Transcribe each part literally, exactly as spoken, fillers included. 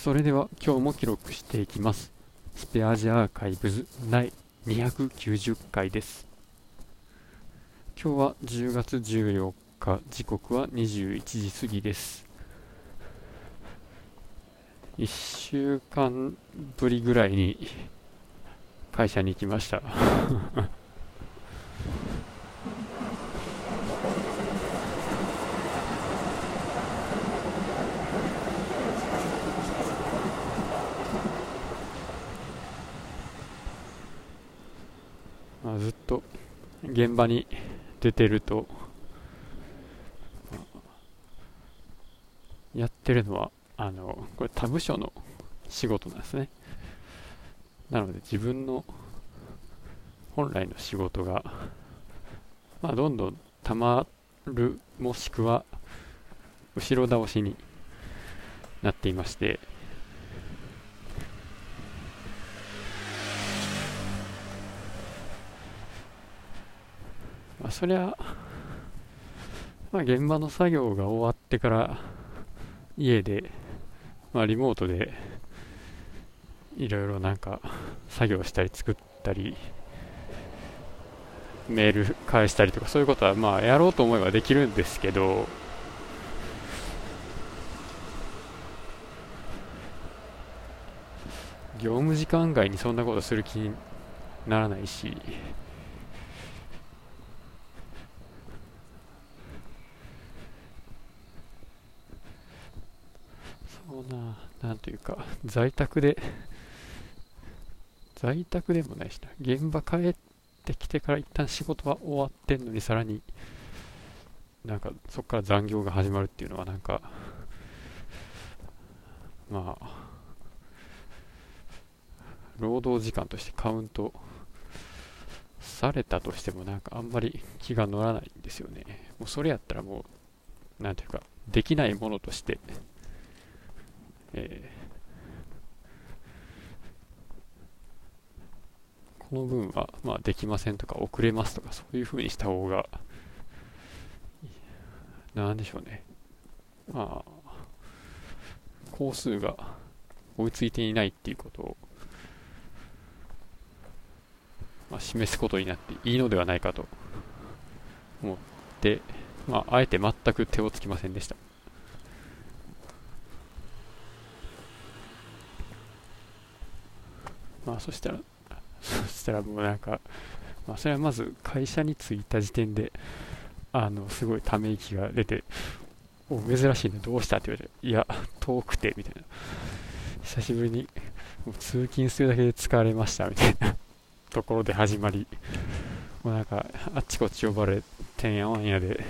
それでは今日も記録していきます。スペアジアアーカイブズ第にひゃくきゅうじゅっかいです。今日はじゅうがつじゅうよっか、時刻はにじゅういちじ過ぎです。いっしゅうかんぶりぐらいに会社に行きましたまあずっと現場に出てるとやってるのはあのこれ他部署の仕事なんですね。なので自分の本来の仕事が、まあ、どんどんたまる、もしくは後ろ倒しになっていまして、まあ、そりゃ、まあ、現場の作業が終わってから家で、まあ、リモートでいろいろなんか作業したり作ったりメール返したりとかそういうことはまあやろうと思えばできるんですけど、業務時間外にそんなことする気にならないし、そうな、なんというか在宅で在宅でもないしな、現場帰ってきてから一旦仕事は終わってんのにさらになんかそこから残業が始まるっていうのはなんかまあ労働時間としてカウントされたとしてもなんかあんまり気が乗らないんですよね。もうそれやったらもうなんていうかできないものとして、えーこの分はまあできませんとか遅れますとかそういう風にした方がなんでしょうね、まあ工数が追いついていないっていうことを、まあ、示すことになっていいのではないかと思って、まあ、あえて全く手をつきませんでした。まあそしたらそしたらもうなんか、まあ、それはまず会社に着いた時点であのすごいため息が出て、お珍しいね、どうしたって言われて、いや遠くてみたいな、久しぶりにもう通勤するだけで疲れましたみたいなところで始まり、もうなんかあっちこっち呼ばれてんやわんやで、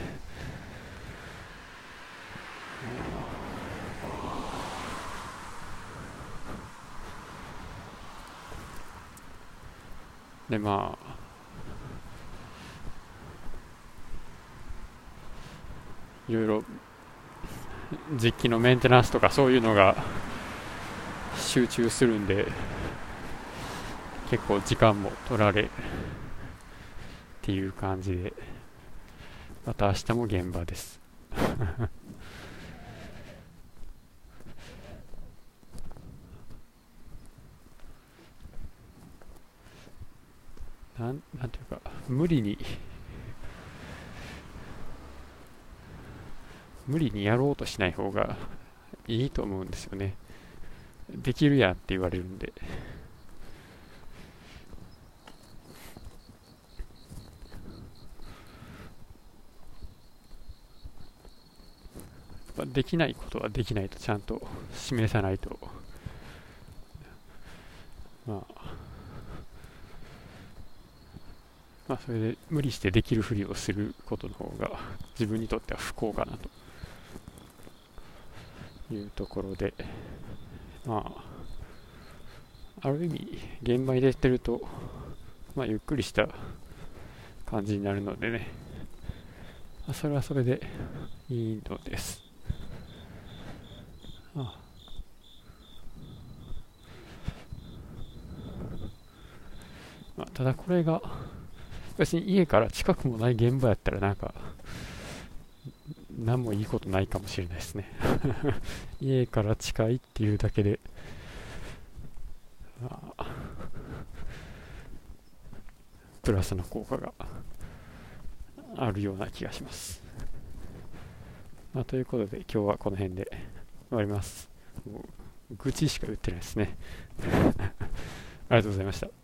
でまあいろいろ実機のメンテナンスとかそういうのが集中するんで結構時間も取られっていう感じで、また明日も現場ですなんなんていうか無理に無理にやろうとしない方がいいと思うんですよね。できるやんって言われるんで、できないことはできないとちゃんと示さないと、まあ、まあそれで無理してできるふりをすることの方が自分にとっては不幸かなというところで、まあある意味現場に出てると、まあ、ゆっくりした感じになるのでね、それはそれでいいのです。あまあ、ただこれが別に家から近くもない現場やったらなんか何もいいことないかもしれないですね。家から近いっていうだけで、あプラスの効果があるような気がします。まあ、ということで今日はこの辺で終わります。もう愚痴しか言ってないですね。ありがとうございました。